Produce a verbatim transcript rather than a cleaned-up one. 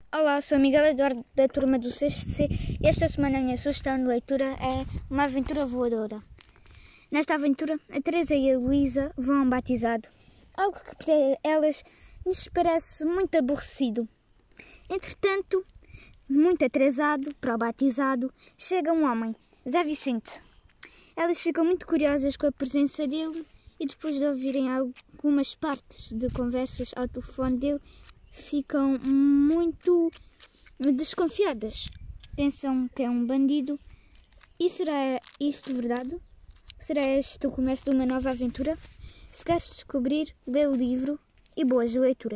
Olá, sou a Miguel Eduardo da turma do sexto C e esta semana a minha sugestão de leitura é Uma Aventura Voadora. Nesta aventura, a Teresa e a Luísa vão a um batizado, algo que para elas lhes parece muito aborrecido. Entretanto, muito atrasado para o batizado, chega um homem, Zé Vicente. Elas ficam muito curiosas com a presença dele e depois de ouvirem algumas partes de conversas ao telefone dele, ficam muito desconfiadas. Pensam que é um bandido. E será isto verdade? Será este o começo de uma nova aventura? Se queres descobrir, lê o livro e boas leituras.